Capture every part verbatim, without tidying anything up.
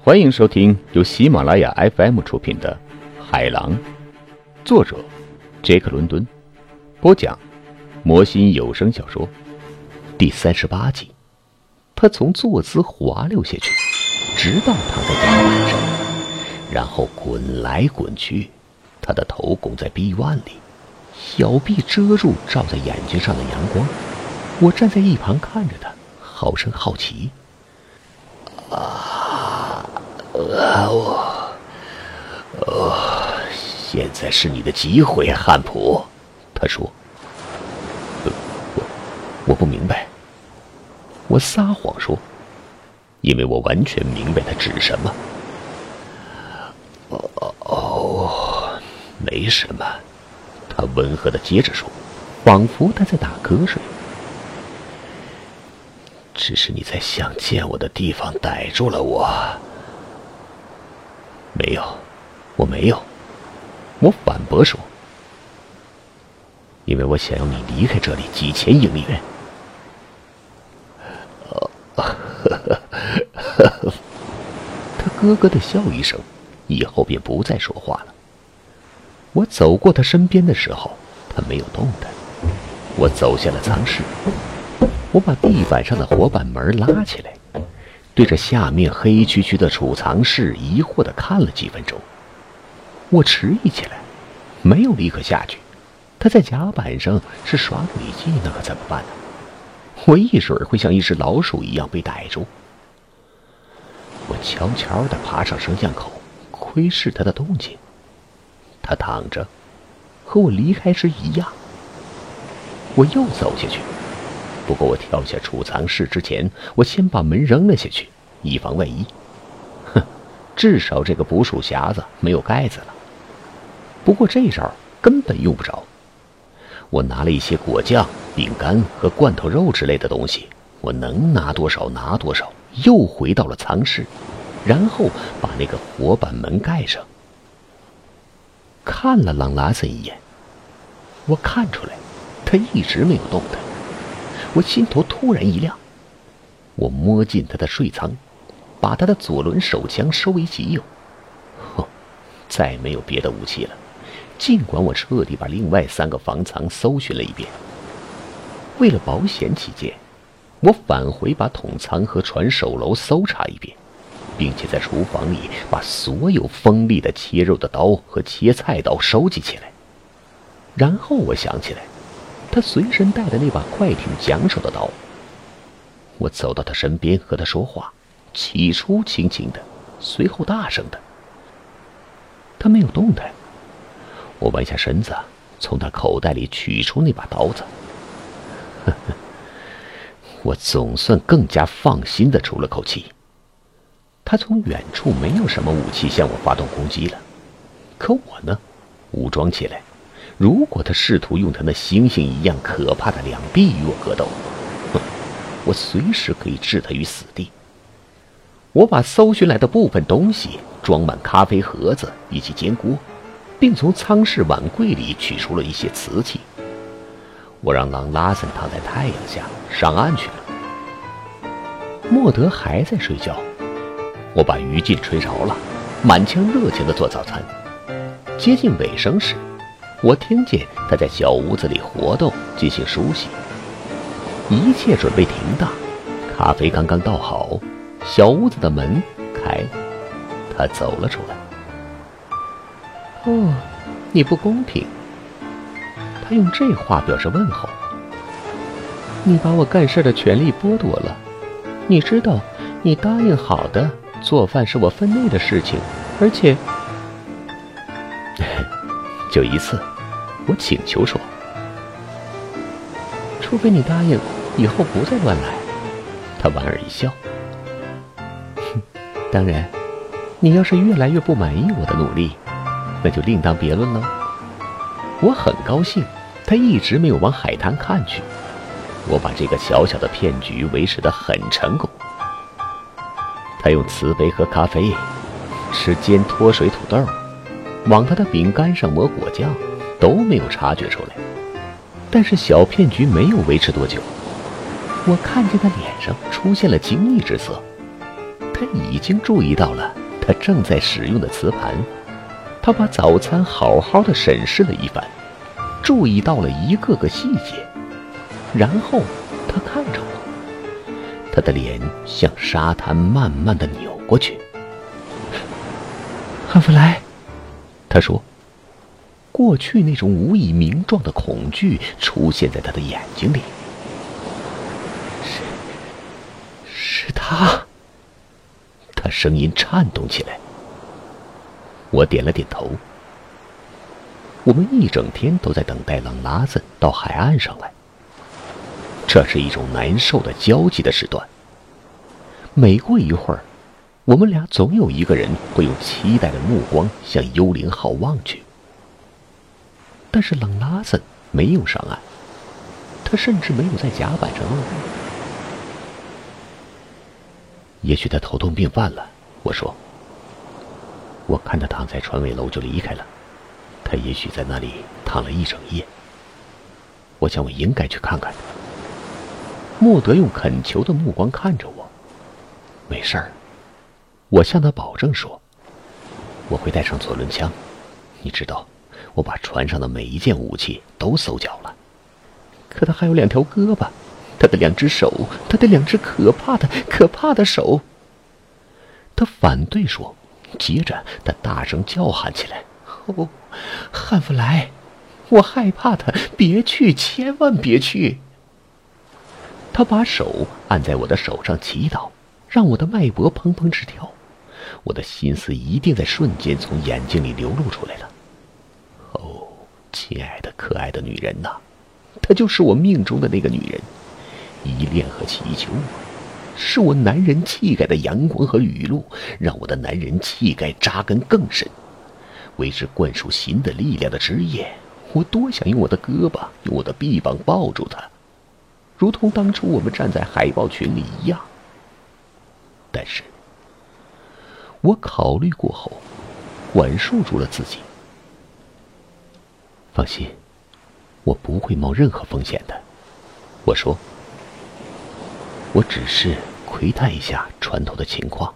欢迎收听由喜马拉雅 F M 出品的《海狼》，作者杰克·伦敦，播讲魔心有声小说第三十八集。他从坐姿滑溜下去，直到躺在甲板上，然后滚来滚去。他的头拱在臂弯里，小臂遮住照在眼睛上的阳光。我站在一旁看着他，好生好奇。啊，我，哦，现在是你的机会，汉普。他说。呃、我我不明白。我撒谎说，因为我完全明白他指什么。哦哦，没什么。他温和地接着说，仿佛他在打瞌睡。只是你在想见我的地方逮住了我。没有，我没有。我反驳说，因为我想要你离开这里几千英里远。他咯咯地笑一声，以后便不再说话了。我走过他身边的时候，他没有动弹。我走下了舱室，我把地板上的活板门拉起来，对着下面黑黢黢的储藏室疑惑地看了几分钟。我迟疑起来，没有立刻下去。他在甲板上是耍诡计，那可怎么办呢？我一水儿会像一只老鼠一样被逮住。我悄悄地爬上升降口，窥视他的动静。他躺着，和我离开时一样。我又走下去，不过我跳下储藏室之前，我先把门扔了下去，以防万一。哼，至少这个捕鼠匣子没有盖子了。不过这招根本用不着。我拿了一些果酱、饼干和罐头肉之类的东西，我能拿多少拿多少，又回到了舱室，然后把那个活板门盖上。看了朗拉森一眼，我看出来他一直没有动弹。我心头突然一亮，我摸进他的睡舱，把他的左轮手枪收为己有。哼，再没有别的武器了，尽管我彻底把另外三个房舱搜寻了一遍。为了保险起见，我返回把桶仓和船首楼搜查一遍，并且在厨房里把所有锋利的切肉的刀和切菜刀收集起来。然后我想起来，他随身带的那把快艇桨手的刀。我走到他身边和他说话，起初轻轻的，随后大声的。他没有动弹。我弯下身子，从他口袋里取出那把刀子。呵呵，我总算更加放心地出了口气。他从远处没有什么武器向我发动攻击了，可我呢，武装起来。如果他试图用他那猩猩一样可怕的两臂与我格斗，哼，我随时可以置他于死地。我把搜寻来的部分东西装满咖啡盒子以及煎锅，并从舱室碗柜里取出了一些瓷器。我让朗拉森躺在太阳下上岸去了。莫德还在睡觉。我把鱼劲吹着了，满腔热情地做早餐。接近尾声时，我听见他在小屋子里活动，进行梳洗。一切准备停当，咖啡刚刚倒好，小屋子的门开了，他走了出来。哦，你不公平。他用这话表示问候。你把我干事的权利剥夺了。你知道，你答应好的，做饭是我分内的事情，而且就一次，我请求说，除非你答应以后不再乱来。他莞尔一笑。哼，当然，你要是越来越不满意我的努力，那就另当别论了。我很高兴，他一直没有往海滩看去。我把这个小小的骗局维持得很成功。他用瓷杯喝咖啡，吃煎脱水土豆，往他的饼干上抹果酱，都没有察觉出来。但是小骗局没有维持多久，我看见他脸上出现了惊异之色。他已经注意到了他正在使用的瓷盘，他把早餐好好的审视了一番，注意到了一个个细节，然后他看着我，他的脸向沙滩慢慢的扭过去。汉弗莱，他说，过去那种无以名状的恐惧出现在他的眼睛里。是，是他。他声音颤动起来。我点了点头。我们一整天都在等待朗拉森到海岸上来，这是一种难受的交际的时段。每过一会儿，我们俩总有一个人会用期待的目光向幽灵号望去。但是朗拉森没有上岸，他甚至没有在甲板上落地。也许他头痛病犯了，我说。我看他躺在船尾楼就离开了，他也许在那里躺了一整夜。我想我应该去看看。莫德用恳求的目光看着我。没事儿，我向他保证说，我会带上左轮枪，你知道，我把船上的每一件武器都搜缴了。可他还有两条胳膊，他的两只手，他的两只可怕的可怕的手。他反对说，接着他大声叫喊起来，哦，汉弗莱，我害怕他，别去，千万别去。他把手按在我的手上祈祷，让我的脉搏砰砰直跳。我的心思一定在瞬间从眼睛里流露出来了。哦，亲爱的可爱的女人呐，她就是我命中的那个女人，依恋和祈求我，是我男人气概的阳光和雨露，让我的男人气概扎根更深，为之灌输新的力量的枝叶。我多想用我的胳膊，用我的臂膀抱住她，如同当初我们站在海豹群里一样。但是我考虑过后，管束住了自己。放心，我不会冒任何风险的。我说，我只是窥探一下船头的情况。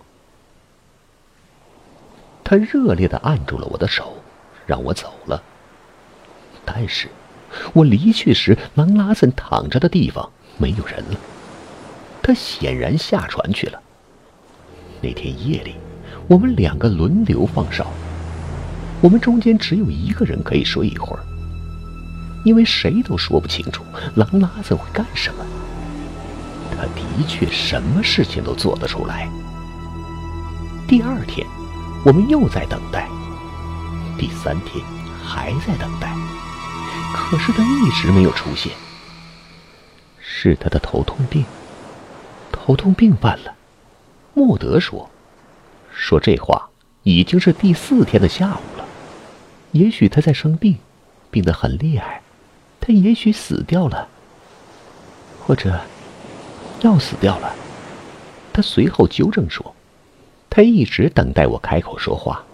他热烈地按住了我的手，让我走了。但是我离去时，朗拉森躺着的地方没有人了，他显然下船去了。那天夜里，我们两个轮流放哨，我们中间只有一个人可以睡一会儿，因为谁都说不清楚朗拉森会干什么。他的确什么事情都做得出来。第二天，我们又在等待，第三天还在等待，可是他一直没有出现。是他的头痛病，头痛病犯了。莫德说，说这话已经是第四天的下午了。也许他在生病，病得很厉害，他也许死掉了，或者要死掉了。他随后纠正说，他一直等待我开口说话。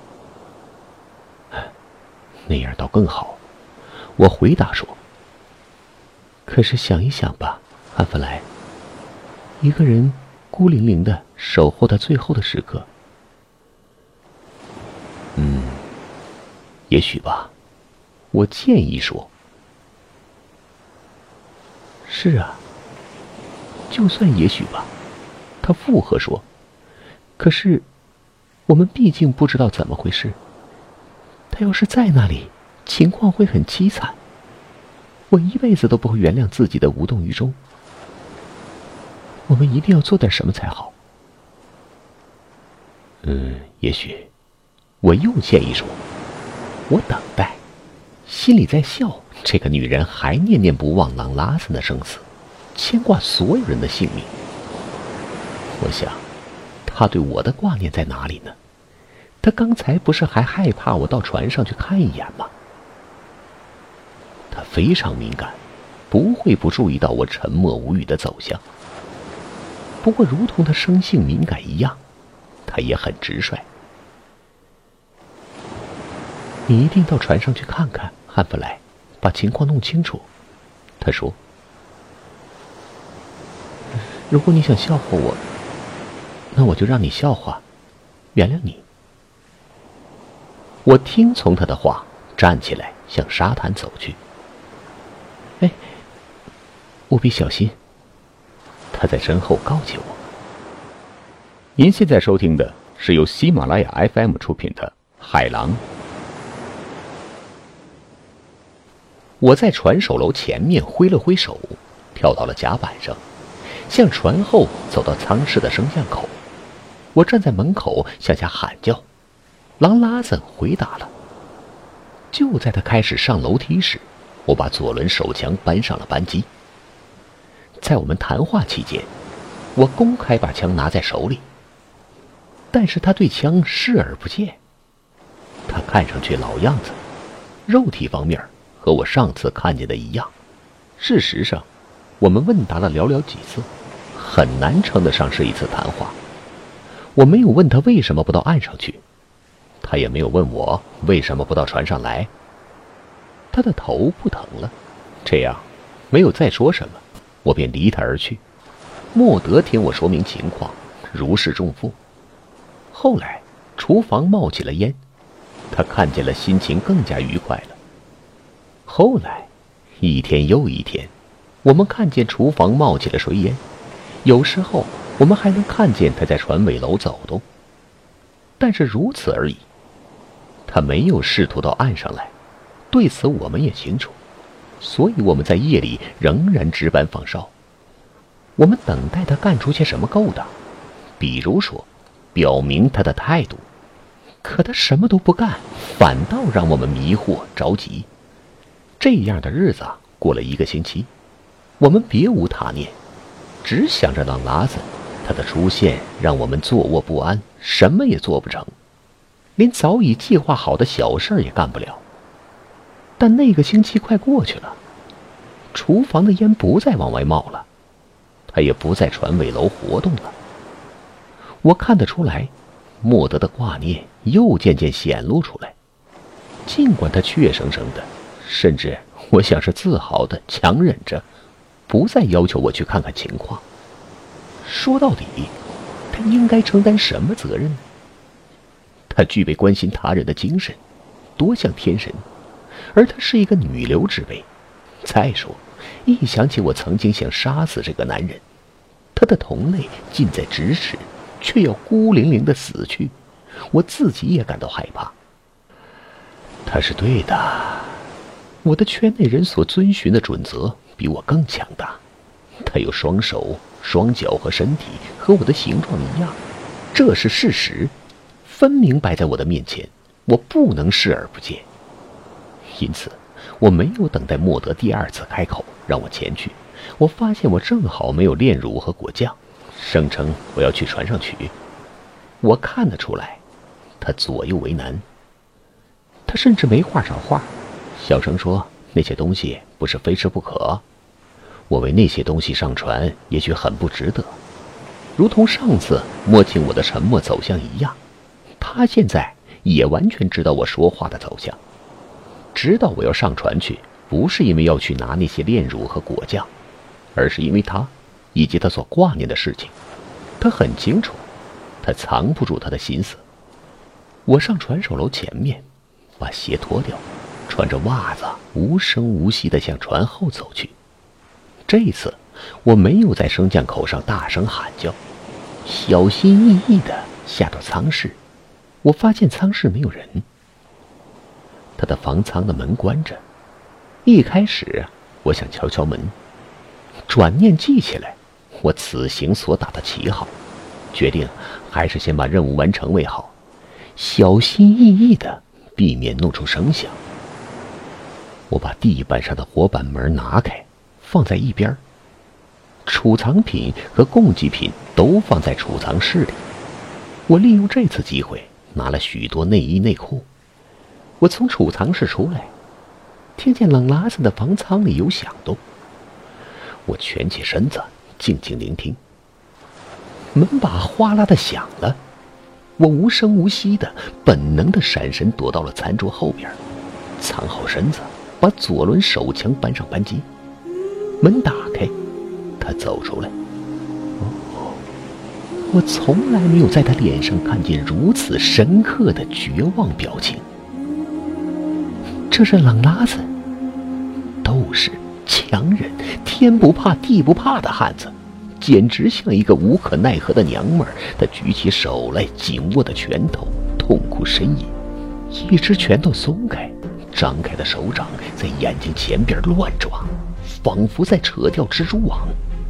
那样倒更好，我回答说。可是想一想吧，汉弗莱，一个人孤零零的守候他最后的时刻。嗯，也许吧，我建议说。是啊，就算也许吧，他附和说。可是我们毕竟不知道怎么回事，他要是在那里，情况会很凄惨，我一辈子都不会原谅自己的无动于衷。我们一定要做点什么才好。嗯，也许我又建议说，我等待，心里在笑，这个女人还念念不忘朗拉森的生死，牵挂所有人的性命。我想她对我的挂念在哪里呢？她刚才不是还害怕我到船上去看一眼吗？她非常敏感，不会不注意到我沉默无语的走向。不过如同她生性敏感一样，她也很直率。你一定到船上去看看，汉弗莱，把情况弄清楚。他说，如果你想笑话我，那我就让你笑话。 原谅你。我听从他的话，站起来向沙滩走去。哎，务必小心。他在身后告诫我。 您现在收听的是由喜马拉雅 F M 出品的《海狼》。 我在船首楼前面挥了挥手，跳到了甲板上，向船后走到舱室的升降口。我站在门口向下喊叫，狼拉森回答了。就在他开始上楼梯时，我把左轮手枪搬上了扳机。在我们谈话期间，我公开把枪拿在手里，但是他对枪视而不见。他看上去老样子，肉体方面和我上次看见的一样。事实上，我们问答了寥寥几次，很难称得上是一次谈话。我没有问他为什么不到岸上去，他也没有问我为什么不到船上来。他的头不疼了，这样没有再说什么，我便离他而去。莫德听我说明情况，如释重负。后来厨房冒起了烟，他看见了，心情更加愉快了。后来一天又一天，我们看见厨房冒起了水烟，有时候我们还能看见他在船尾楼走动，但是如此而已。他没有试图到岸上来，对此我们也清楚，所以我们在夜里仍然值班放哨。我们等待他干出些什么勾当，比如说表明他的态度，可他什么都不干，反倒让我们迷惑着急。这样的日子过了一个星期，我们别无他念，只想着让拉子他的出现让我们坐卧不安，什么也做不成，连早已计划好的小事也干不了。但那个星期快过去了，厨房的烟不再往外冒了，他也不在船尾楼活动了。我看得出来，莫德的挂念又渐渐显露出来，尽管他怯生生的，甚至我想是自豪的强忍着，不再要求我去看看情况。说到底，他应该承担什么责任呢？他具备关心他人的精神，多像天神，而他是一个女流之辈。再说，一想起我曾经想杀死这个男人，他的同类近在咫尺，却要孤零零的死去，我自己也感到害怕。他是对的，我的圈内人所遵循的准则比我更强大。他有双手、双脚和身体和我的形状一样，这是事实，分明摆在我的面前，我不能视而不见。因此我没有等待莫德第二次开口让我前去。我发现我正好没有炼乳和果酱，声称我要去船上取。我看得出来，他左右为难。他甚至没话找话，小声说那些东西不是非吃不可。我为那些东西上船也许很不值得，如同上次摸清我的沉默走向一样，他现在也完全知道我说话的走向。知道我要上船去，不是因为要去拿那些炼乳和果酱，而是因为他以及他所挂念的事情。他很清楚，他藏不住他的心思。我上船首楼前面，把鞋脱掉，穿着袜子无声无息地向船后走去。这一次我没有在升降口上大声喊叫，小心翼翼地下到舱室。我发现舱室没有人，他的房舱的门关着。一开始我想敲敲门，转念记起来我此行所打的旗号，决定还是先把任务完成为好，小心翼翼地避免弄出声响。我把地板上的活板门拿开，放在一边，储藏品和供给品都放在储藏室里。我利用这次机会拿了许多内衣内裤。我从储藏室出来，听见冷拉森的房舱里有响动。我蜷起身子静静聆听，门把哗啦的响了。我无声无息的本能的闪身躲到了餐桌后边，藏好身子，把左轮手枪搬上扳机。门打开，他走出来。哦， 我从来没有在他脸上看见如此深刻的绝望表情。这是冷拉子，斗士、强人，天不怕地不怕的汉子，简直像一个无可奈何的娘们儿。他举起手来，紧握的拳头，痛苦呻吟，一只拳头松开，张开的手掌在眼睛前边乱抓，仿佛在扯掉蜘蛛网。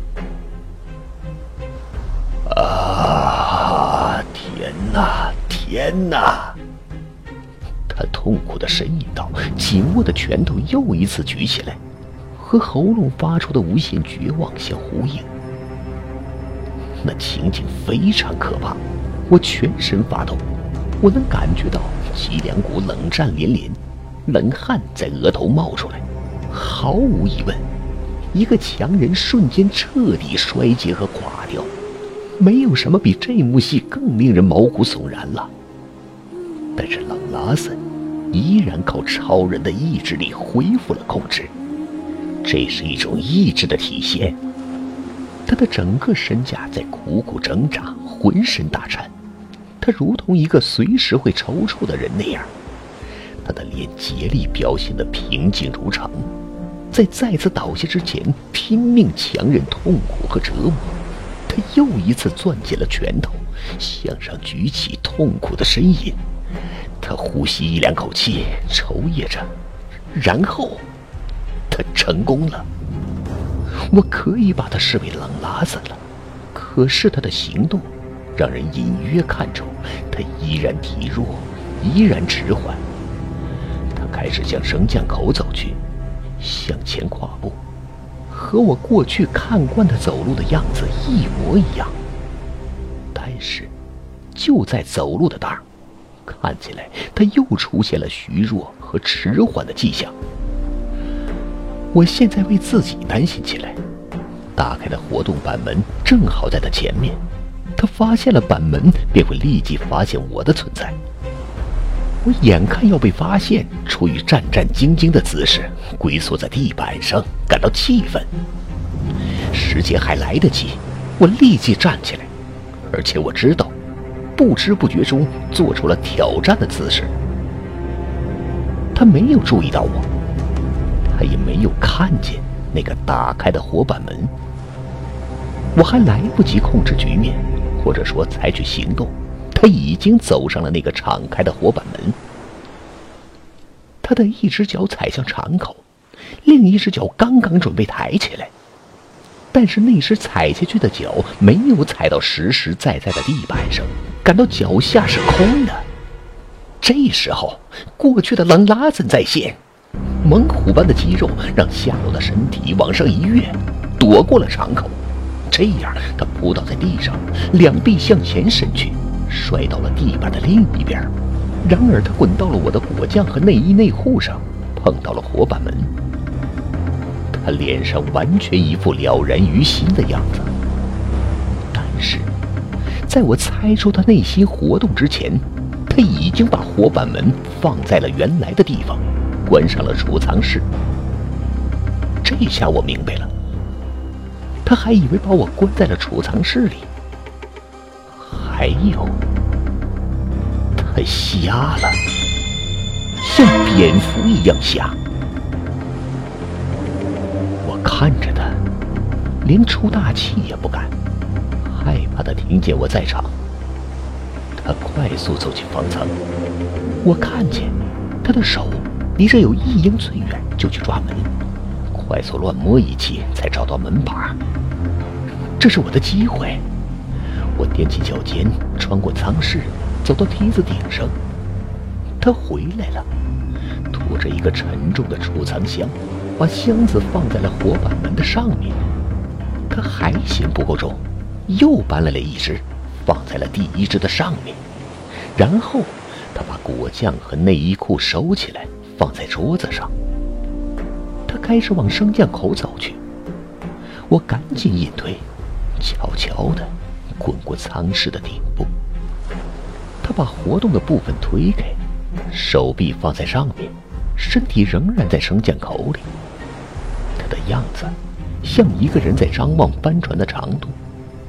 啊！天哪，天哪！他痛苦地呻吟道，紧握的拳头又一次举起来，和喉咙发出的无限绝望相呼应。那情景非常可怕，我全身发抖，我能感觉到脊梁骨冷战连连，冷汗在额头冒出来。毫无疑问，一个强人瞬间彻底衰竭和垮掉。没有什么比这幕戏更令人毛骨悚然了。但是冷拉森依然靠超人的意志力恢复了控制，这是一种意志的体现。他的整个身架在苦苦挣扎，浑身打颤，他如同一个随时会抽搐的人那样。他的脸竭力表现得平静如常，在再次倒下之前拼命强忍痛苦和折磨。他又一次攥紧了拳头，向上举起，痛苦的呻吟。他呼吸一两口气，抽噎着，然后他成功了。我可以把他视为冷拉子了，可是他的行动让人隐约看出他依然体弱，依然迟缓。他开始向升降口走去，向前跨步，和我过去看惯他走路的样子一模一样。但是就在走路的当儿，看起来他又出现了虚弱和迟缓的迹象。我现在为自己担心起来。打开的活动板门正好在他前面，他发现了板门便会立即发现我的存在。我眼看要被发现，处于战战兢兢的姿势，龟缩在地板上，感到气愤。时间还来得及，我立即站起来，而且我知道，不知不觉中做出了挑战的姿势。他没有注意到我，他也没有看见那个打开的活板门。我还来不及控制局面，或者说采取行动，他已经走上了那个敞开的活板门。他的一只脚踩向敞口，另一只脚刚刚准备抬起来，但是那只踩下去的脚没有踩到实实在在的地板上，感到脚下是空的。这时候，过去的冷拉森再现，猛虎般的肌肉让下落的身体往上一跃，躲过了敞口。这样，他扑倒在地上，两臂向前伸去，摔到了地板的另一边。然而，他滚到了我的果酱和内衣内裤上，碰到了活板门。他脸上完全一副了然于心的样子。但是，在我猜出他内心活动之前，他已经把活板门放在了原来的地方，关上了储藏室。这下我明白了。他还以为把我关在了储藏室里。还有，他瞎了，像蝙蝠一样瞎。我看着他，连出大气也不敢，害怕他听见我在场。他快速走进方舱，我看见他的手离这有一英寸远，就去抓门。快速乱摸一气，才找到门把。这是我的机会。我踮起脚尖，穿过舱室，走到梯子顶上。他回来了，拖着一个沉重的储藏箱，把箱子放在了活板门的上面。他还嫌不够重，又搬来了一只，放在了第一只的上面。然后他把果酱和内衣裤收起来，放在桌子上。他开始往升降口走去，我赶紧隐退，悄悄地滚过舱室的顶部。他把活动的部分推开，手臂放在上面，身体仍然在升降口里。他的样子像一个人在张望帆船的长度，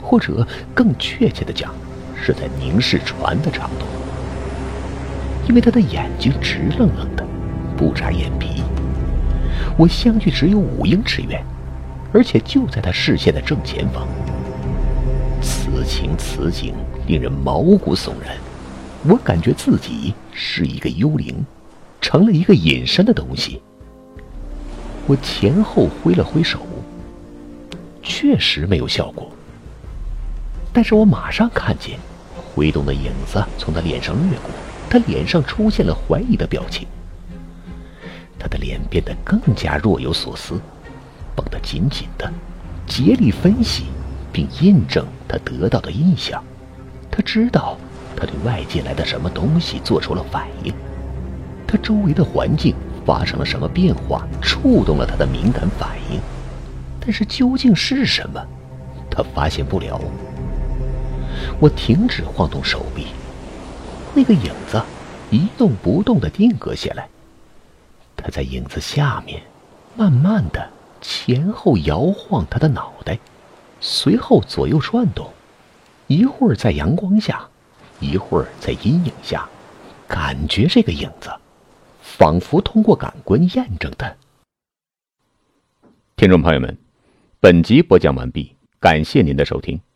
或者更确切的讲，是在凝视船的长度。因为他的眼睛直愣愣的，不眨眼皮。我相距只有五英尺远，而且就在他视线的正前方。此情此景令人毛骨悚然，我感觉自己是一个幽灵，成了一个隐身的东西。我前后挥了挥手，确实没有效果。但是我马上看见挥动的影子从他脸上掠过，他脸上出现了怀疑的表情。他的脸变得更加若有所思，绷得紧紧的，竭力分析并印证他得到的印象。他知道他对外界来的什么东西做出了反应，他周围的环境发生了什么变化，触动了他的敏感反应，但是究竟是什么，他发现不了。我停止晃动手臂，那个影子一动不动地定格下来。他在影子下面慢慢地前后摇晃他的脑袋，随后左右转动，一会儿在阳光下，一会儿在阴影下，感觉这个影子仿佛通过感官验证的。 听众朋友们，本集播讲完毕，感谢您的收听。